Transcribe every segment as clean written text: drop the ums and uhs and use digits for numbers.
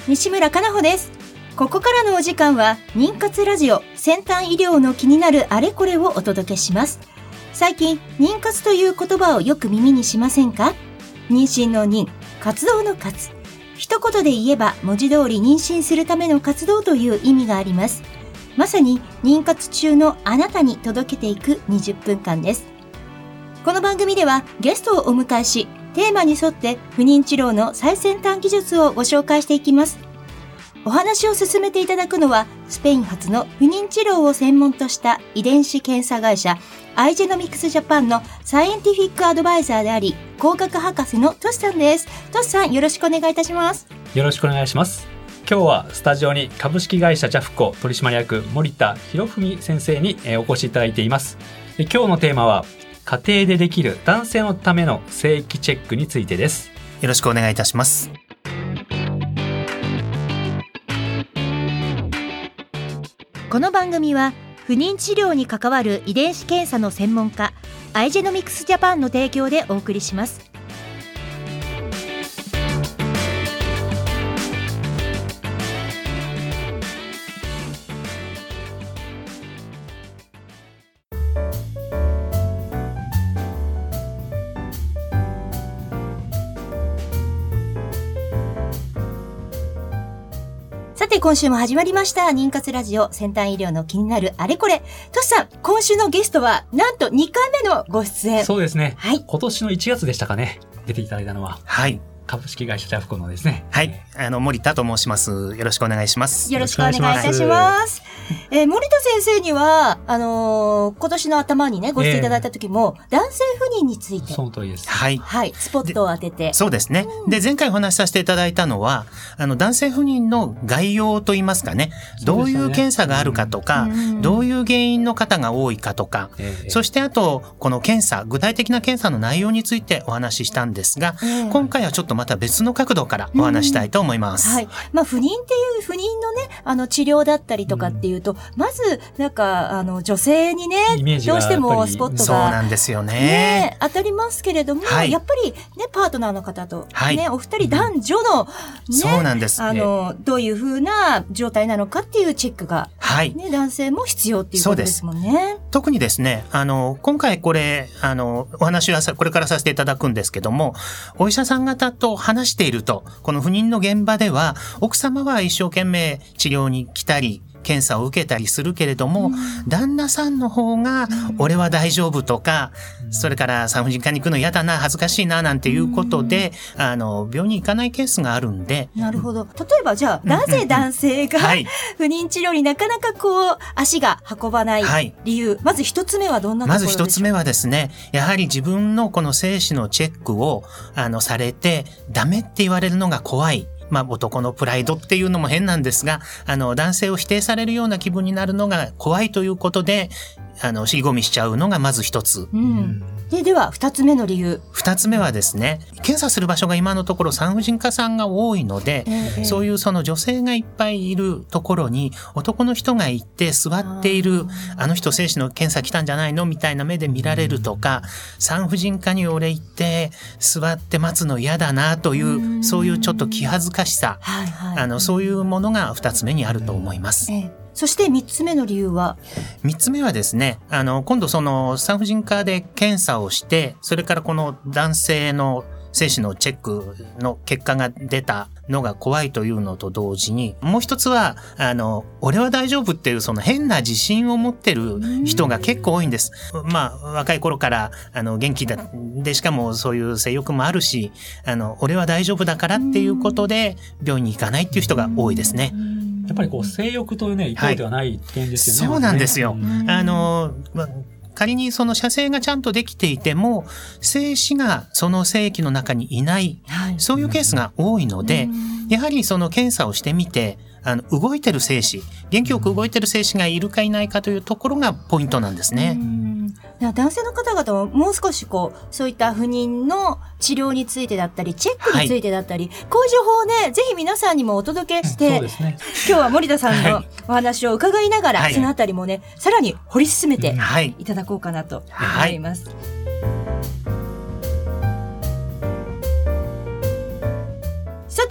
西村かなほです。ここからのお時間は妊活ラジオ、先端医療の気になるあれこれをお届けします。最近妊活という言葉をよく耳にしませんか？妊娠の妊、活動の活。一言で言えば文字通り妊娠するための活動という意味があります。まさに妊活中のあなたに届けていく20分間です。この番組ではゲストをお迎えし、テーマに沿って不妊治療の最先端技術をご紹介していきます。お話を進めていただくのは、スペイン発の不妊治療を専門とした遺伝子検査会社アイジェノミクスジャパンのサイエンティフィックアドバイザーであり、工学博士のトシさんです。トシさん、よろしくお願いいたします。 よろしくお願いします。今日はスタジオに株式会社ジャフコ取締役森田博文先生にお越しいただいています。今日のテーマは家庭でできる男性のための性器チェックについてです。 よろしくお願いいたします。 この番組は不妊治療に関わる遺伝子検査の専門家アイジェノミクスジャパンの提供でお送りします。さて、今週も始まりました妊活ラジオ、先端医療の気になるあれこれ。トシさん、今週のゲストはなんと2回目のご出演。 そうですね、 はい、 今年の1月でしたかね、出ていただいたのは。 はい、 株式会社ジャフコのですね。 はい、森田と申します。よろしくお願いします。 よろしくお願いいたします。森田先生には今年の頭にねご出演いただいた時も、男性不妊について、 その通りです。 はい、 はい、スポットを当てて。 そうですね。で、前回お話しさせていただいたのは男性不妊の概要といいますかね、どういう検査があるかとか、どういう原因の方が多いかとか、そしてあとこの検査、具体的な検査の内容についてお話ししたんですが、今回はちょっとまた別の角度からお話したいと思います。 はい。まあ、不妊っていう不妊のね、治療だったりとかっていうと、まず、なんか、女性にね、どうしてもスポットが。 そうなんですよね。 当たりますけれども、 はい、 やっぱりね、パートナーの方と、ね、 はい、 お二人男女の、ね、 そうなんです。 どういう風な状態なのかっていうチェックが、 はい、 ね、男性も必要っていうことですもんね。 特にですね、今回これ、お話はこれからさせていただくんですけども、お医者さん方と話していると、この不妊の現場では、奥様は一生懸命治療に来たり、検査を受けたりするけれども、旦那さんの方が、俺は大丈夫とか、それから産婦人科に行くの嫌だな、恥ずかしいな、なんていうことで、病院に行かないケースがあるんで。 なるほど。例えばじゃあ、なぜ男性が、不妊治療になかなか足が運ばない理由、まず一つ目はどんなところでしょうか？ まず一つ目はですね、やはり自分のこの精子のチェックを、されて、ダメって言われるのが怖い。まあ、男のプライドっていうのも変なんですが、男性を否定されるような気分になるのが怖いということで、尻込みしちゃうのがまず一つ。 では、二つ目の理由。 二つ目はですね、検査する場所が今のところ産婦人科さんが多いので、そういうその女性がいっぱいいるところに男の人が行って座っている、あの人精子の検査来たんじゃないのみたいな目で見られるとか、産婦人科に俺行って座って待つの嫌だなという、そういうちょっと気恥ずかしさ、そういうものが二つ目にあると思います。 そして三つ目の理由は？ 三つ目はですね、今度その産婦人科で検査をして、それからこの男性の精子のチェックの結果が出たのが怖いというのと同時に、もう一つは、俺は大丈夫っていうその変な自信を持ってる人が結構多いんです。まあ、若い頃から、元気で、しかもそういう性欲もあるし、俺は大丈夫だからっていうことで、病院に行かないっていう人が多いですね。 やっぱり性欲というね、一方ではない点ですよね。 そうなんですよ。仮にその射精がちゃんとできていても、精子がその精液の中にいない、そういうケースが多いので、やはりその検査をしてみて、動いてる精子、元気よく動いてる精子がいるかいないかというところがポイントなんですね。 男性の方々ももう少しそういった不妊の治療についてだったり、チェックについてだったり、こういう情報をね、ぜひ皆さんにもお届けして、今日は森田さんのお話を伺いながら、そのあたりもね、さらに掘り進めていただこうかなと思います。さて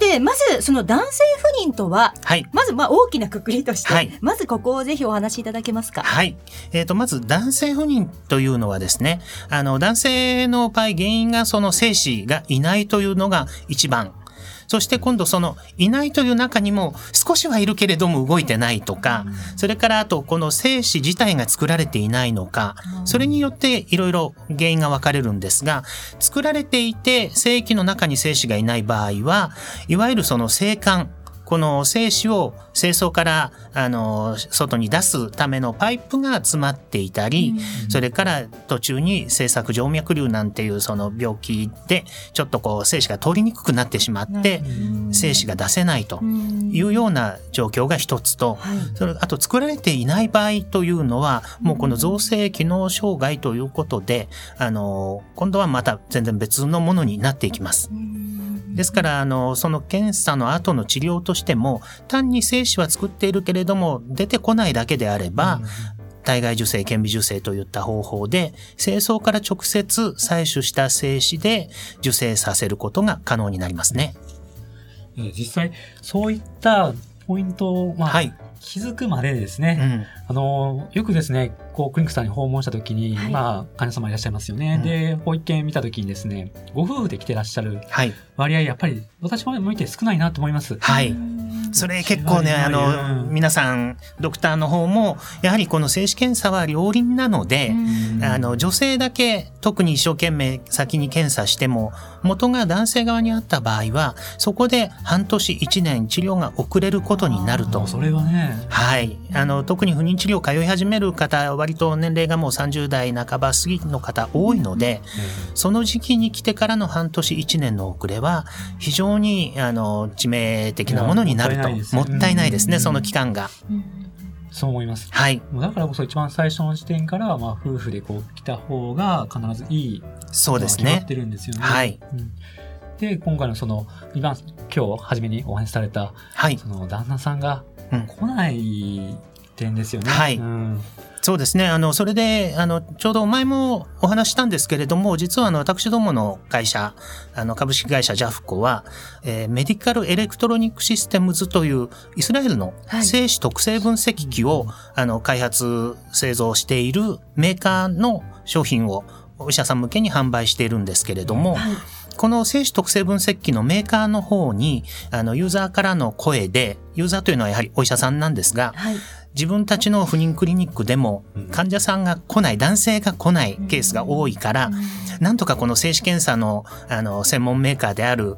でまずその男性不妊とは、 はい。 まず大きな括りとして、 はいまずここをぜひお話しいただけますか。 はい。まず男性不妊というのはですね、男性の場合原因がその精子がいないというのが一番。そして今度そのいないという中にも少しはいるけれども動いてないとか、それからあとこの精子自体が作られていないのか、それによっていろいろ原因が分かれるんですが、作られていて精液の中に精子がいない場合は、いわゆるその精管、この精子を精巣から外に出すためのパイプが詰まっていたり、それから途中に精索静脈瘤なんていうその病気でちょっとこう精子が通りにくくなってしまって精子が出せないというような状況が一つと、それあと作られていない場合というのはもうこの造成機能障害ということで今度はまた全然別のものになっていきます。ですからその検査の後の治療としても単に精子は作っているけれども出てこないだけであれば、体外受精、顕微授精といった方法で精巣から直接採取した精子で受精させることが可能になりますね。 実際そういったポイントを、はい、気づくまでですね、よくですねこうクリニックさんに訪問した時に、患者様いらっしゃいますよね、で保育園見た時にですねご夫婦で来てらっしゃる割合やっぱり私も見て少ないなと思います。はい、 それ結構ね皆さんドクターの方もやはりこの精子検査は両輪なので、女性だけ特に一生懸命先に検査しても元が男性側にあった場合はそこで半年1年治療が遅れることになると。 それはね、 はい、特に不妊治療通い始める方は割と年齢がもう30代半ば過ぎの方多いので、その時期に来てからの半年1年の遅れは非常に致命的なものになると。もったいないですね、その期間が。 そう思います。 はい。 だからこそ一番最初の時点から夫婦でこう来た方が必ずいい。 そうですね。 決まってるんですよね。はい。で今回のその今日初めにお話しされた、その旦那さんが来ない点ですよね。はい。 そうですね。それで、ちょうど前もお話したんですけれども、実は私どもの会社、株式会社ジャフコは、メディカルエレクトロニックシステムズというイスラエルの精子特性分析機を、開発、製造しているメーカーの商品をお医者さん向けに販売しているんですけれども、この精子特性分析機のメーカーの方に、ユーザーからの声で、ユーザーというのはやはりお医者さんなんですが、自分たちの不妊クリニックでも患者さんが来ない、男性が来ないケースが多いから、なんとかこの精子検査の、専門メーカーである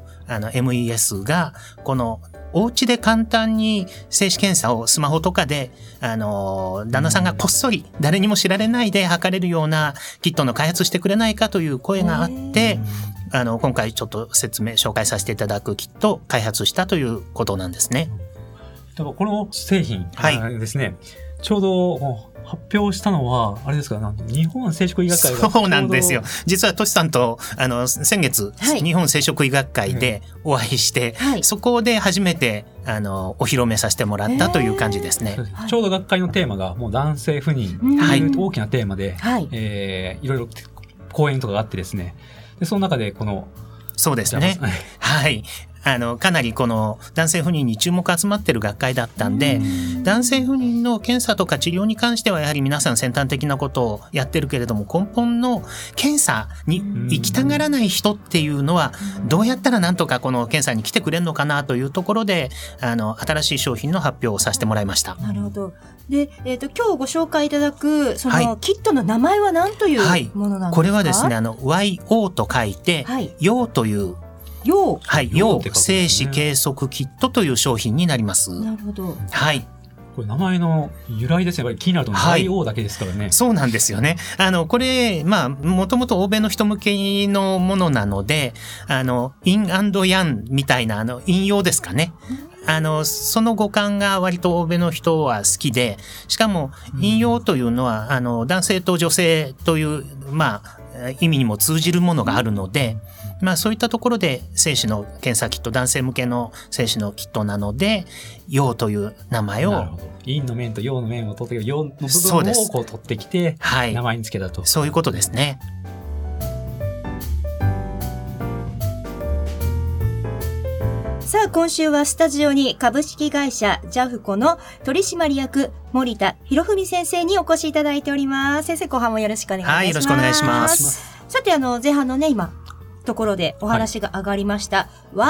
MES が、このお家で簡単に精子検査をスマホとかで、旦那さんがこっそり誰にも知られないで測れるようなキットの開発してくれないかという声があって、今回ちょっと紹介させていただくキットを開発したということなんですね。 だからこの製品ですね、ちょうど発表したのはあれですか、日本生殖医学会が。 そうなんですよ。実はトシさんと先月、日本生殖医学会でお会いして、そこで初めてお披露目させてもらったという感じですね。 ちょうど学会のテーマがもう男性不妊という大きなテーマで、いろいろ講演とかがあってですね、でその中でこのそうですね。はい。かなりこの男性不妊に注目集まってる学会だったんで、男性不妊の検査とか治療に関してはやはり皆さん先端的なことをやってるけれども、根本の検査に行きたがらない人っていうのはどうやったらなんとかこの検査に来てくれるのかなというところで、新しい商品の発表をさせてもらいました。 なるほど。で、今日ご紹介いただくそのキットの名前は何というものなんですか？ これはですね、YO と書いて、YO という陽精子計測キットという商品になります。 なるほど。 はい。 これ名前の由来ですね。やっぱり気になると YO だけですからね。 そうなんですよね。これもともと欧米の人向けのものなので、イン&ヤンみたいな引用ですかね。その語感が割と欧米の人は好きで、しかも引用というのは男性と女性という意味にも通じるものがあるので、そういったところで精子の検査キット、男性向けの精子のキットなので、陽という名前を。なるほど。 陰の面と陽の面を取って、陽の部分をこう取ってきて、名前につけたと。 そういうことですね。 さは今週はスタジオに株式会社ジャフコの取締役森田博文先生にお越しいただいております。先生、後半もよろしくお願いします。 はい、よろしくお願いします。 さて、前半のね、今ところでお話が上がりました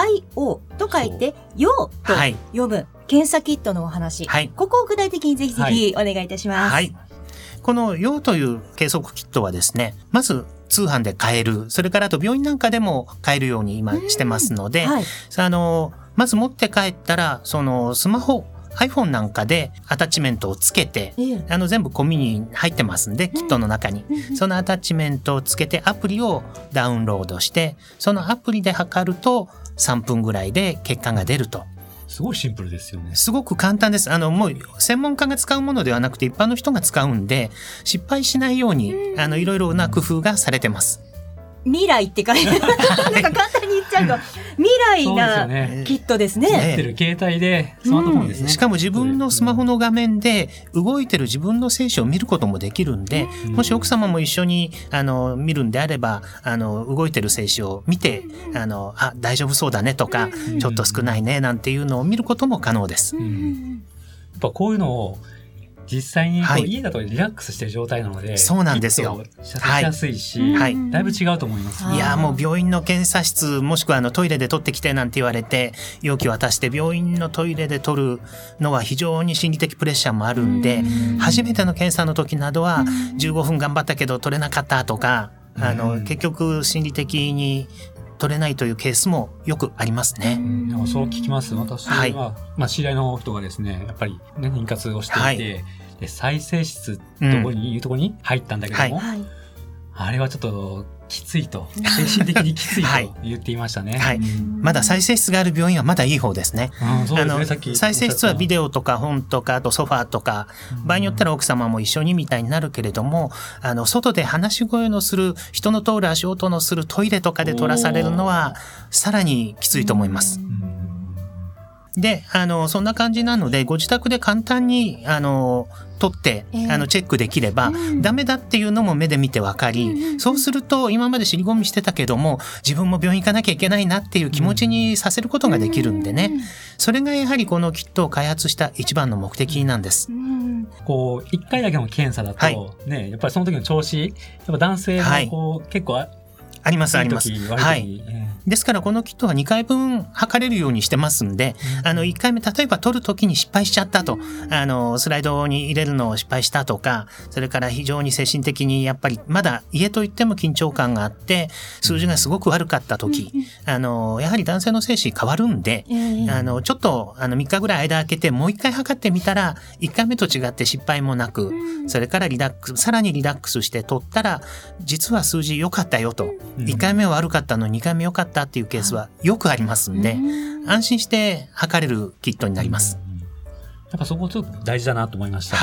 、YO と書いてYOと読む検査キットのお話、はい、ここを具体的にぜひぜひお願いいたします。 はい、このYOという計測キットはですね、まず通販で買える、それからあと病院なんかでも買えるように今してますので、はい、まず持って帰ったら、そのスマホiPhone なんかでアタッチメントをつけて、全部込みに入ってますんで、キットの中に、そのアタッチメントをつけてアプリをダウンロードして、そのアプリで測ると3分ぐらいで結果が出ると。 すごいシンプルですよね。 すごく簡単です。もう専門家が使うものではなくて一般の人が使うんで、失敗しないようにいろいろな工夫がされてます。 未来って書いてなんか簡単に言っちゃうと未来なキットですね。 持ってる携帯でスマートフォンですね、 しかも自分のスマホの画面で動いてる自分の精子を見ることもできるんで、もし奥様も一緒に見るんであれば動いてる精子を見て大丈夫そうだねとか、ちょっと少ないねなんていうのを見ることも可能です。 やっぱこういうのを実際に家だとリラックスしてる状態なので、 そうなんですよ。 しやすいし、だいぶ違うと思います。 いや、もう病院の検査室もしくはトイレで取ってきてなんて言われて容器渡して病院のトイレで取るのは非常に心理的プレッシャーもあるんで、初めての検査の時などは15分頑張ったけど取れなかったとか、結局心理的に取れないというケースもよくありますね。 そう聞きます。私は、知り合いの人がですね、やっぱり、妊活をしていて、で再生室いうところに入ったんだけども、あれはちょっときついと、精神的にきついと言っていましたね。 まだ再生室がある病院はまだいい方ですね。再生室はビデオとか本とか、あとソファーとか、場合によったら奥様も一緒にみたいになるけれども、外で話し声のする、人の通る足音のするトイレとかで撮らされるのはさらにきついと思います。で、そんな感じなので、ご自宅で簡単に、取って、チェックできれば、ダメだっていうのも目で見てわかり、そうすると、今まで尻込みしてたけども、自分も病院行かなきゃいけないなっていう気持ちにさせることができるんでね。それがやはりこのキットを開発した一番の目的なんです。 一回だけの検査だと、ね、やっぱりその時の調子、やっぱ男性も結構あります。ですからこのキットは2回分測れるようにしてますんで、1回目例えば取るときに失敗しちゃったと、スライドに入れるのを失敗したとか、それから非常に精神的にやっぱりまだ家といっても緊張感があって数字がすごく悪かったとき、やはり男性の精子変わるんで、ちょっと3日ぐらい間空けてもう1回測ってみたら1回目と違って失敗もなく、それからさらにリラックスして取ったら実は数字良かったよと、1回目は悪かったのに2回目良かったっていうケースはよくありますんで、安心して測れるキットになります。 やっぱそこちょっと大事だなと思いました。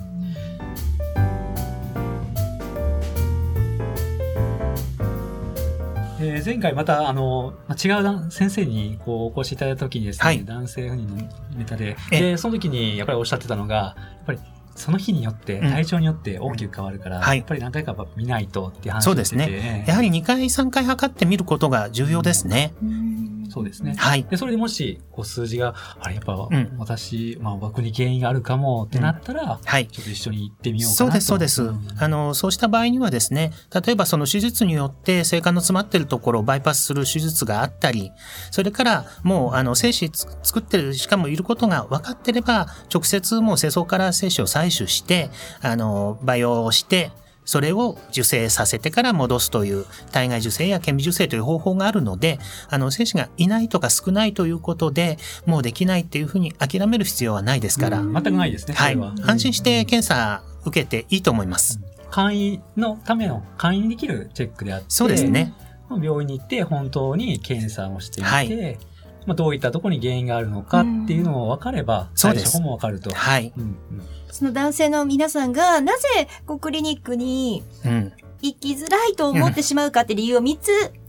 前回また違う先生にお越しいただいた時にですね、男性不妊のネタで、その時にやっぱりおっしゃってたのが、やっぱりその日によって体調によって大きく変わるから、やっぱり何回か見ないとっていう話をしてて、そうですね。 やはり2回3回測ってみることが重要ですね。 そうですね。でそれでもし数字がやっぱ僕に原因があるかもってなったら、ちょっと一緒に行ってみようかなと。 そうです。そうした場合にはですね、例えばその手術によって精管の詰まっているところをバイパスする手術があったり、それからもう精子作ってるしかもいることが分かってれば、直接もう精巣から精子を採取して培養してそれを受精させてから戻すという体外受精や顕微授精という方法があるので、精子がいないとか少ないということでもうできないっていうふうに諦める必要はないですから、 全くないですね。それは安心して検査受けていいと思います。 簡易のための簡易にできるチェックであって、 そうですね。 病院に行って本当に検査をしてみて、どういったところに原因があるのかっていうのを分かれば、対処法も分かると。 その男性の皆さんがなぜクリニックに行きづらいと思ってしまうかって理由を3つ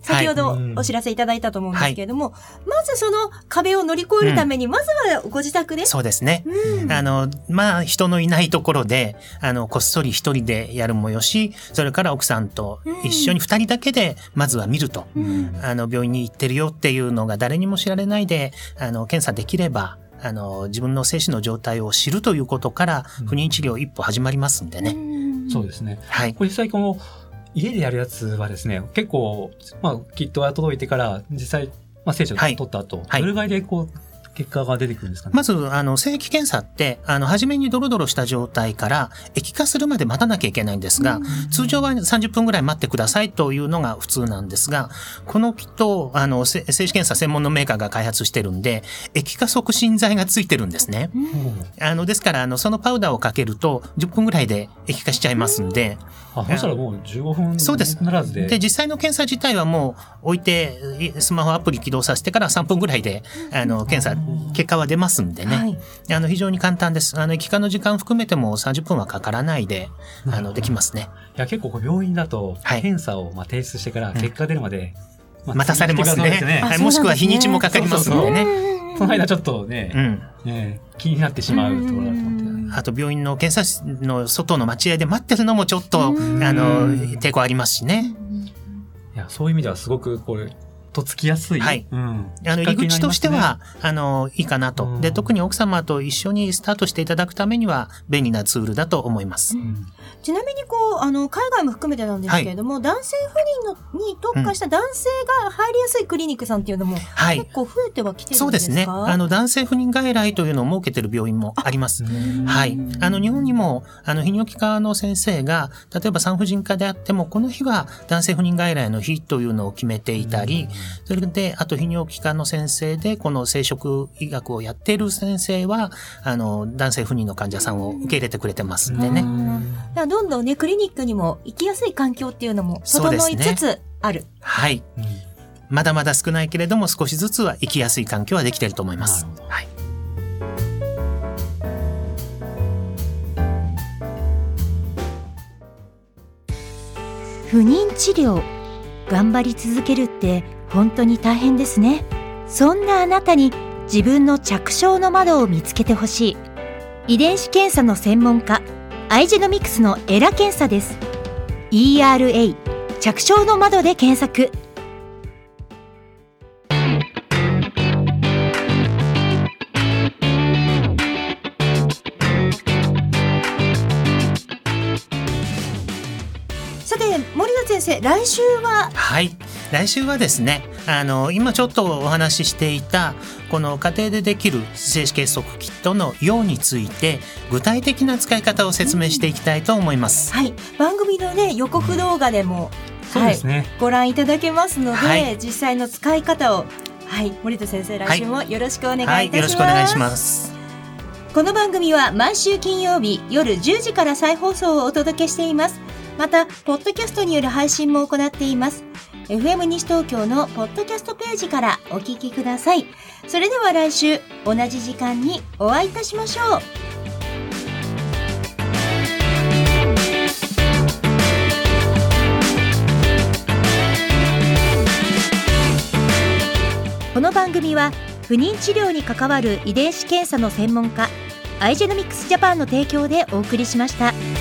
先ほどお知らせいただいたと思うんですけれども、まずその壁を乗り越えるために、まずはご自宅で。 そうですね。人のいないところで、こっそり一人でやるもよし、それから奥さんと一緒に二人だけで、まずは見ると。病院に行ってるよっていうのが誰にも知られないで、検査できれば、自分の精子の状態を知るということから、不妊治療一歩始まりますんでね。 そうですね。 はい。 これ実際この、家でやるやつはですね、結構、キットが届いてから、実際、精子を取った後、どれぐらいで結果が出てくるんですかね。 まず、精液検査って、初めにドロドロした状態から液化するまで待たなきゃいけないんですが、通常は30分ぐらい待ってくださいというのが普通なんですが、このキットを、精子検査専門のメーカーが開発してるんで、液化促進剤がついてるんですね。ですから、そのパウダーをかけると、10分ぐらいで液化しちゃいますんで。 そしたらもう15分そうです。 ならずで。 で、実際の検査自体はもう置いて、スマホアプリ起動させてから3分ぐらいで、検査、結果は出ますんでね。非常に簡単です。液化の時間含めても30分はかからないで、できますね。 いや、結構病院だと、検査を提出してから結果出るまで、 待たされますね。もしくは日にちもかかりますんでね。 その間ちょっっと気になってしまうところだと思って。 あと病院の検査室の外の待合で待ってるのもちょっと、抵抗ありますしね。 いや、そういう意味ではすごくとっつきやすい。 はい。入り口としては、いいかなと。で、特に奥様と一緒にスタートしていただくためには便利なツールだと思います。 ちなみに海外も含めてなんですけれども、男性不妊に特化した男性が入りやすいクリニックさんっていうのも、結構増えてはきてるんですか？ そうですね。男性不妊外来というのを設けてる病院もあります。はい。日本にも、泌尿器科の先生が、例えば産婦人科であっても、この日は男性不妊外来の日というのを決めていたり、それで、あと泌尿器科の先生で、この生殖医学をやっている先生は、男性不妊の患者さんを受け入れてくれてますんでね。 どんどんね、クリニックにも行きやすい環境っていうのも整いつつある。 はい。まだまだ少ないけれども、少しずつは行きやすい環境はできていると思います。はい。 不妊治療、頑張り続けるって本当に大変ですね。そんなあなたに自分の着床の窓を見つけてほしい。遺伝子検査の専門家、アイジェノミクスのエラ検査です。ERA 着床の窓で検索。さて、森田先生、来週は？ はい。来週はですね、今ちょっとお話ししていたこの家庭でできる精子結束キットの用について具体的な使い方を説明していきたいと思います。 はい、番組のね、予告動画でも、 そうですね、 ご覧いただけますので、実際の使い方を、森田先生、来週もよろしくお願いいたします。 よろしくお願いします。 この番組は毎週金曜日夜10時から再放送をお届けしています。またポッドキャストによる配信も行っています。 FM 西東京のポッドキャストページからお聞きください。それでは来週同じ時間にお会いいたしましょう。この番組は不妊治療に関わる遺伝子検査の専門家アイジェノミクスジャパンの提供でお送りしました。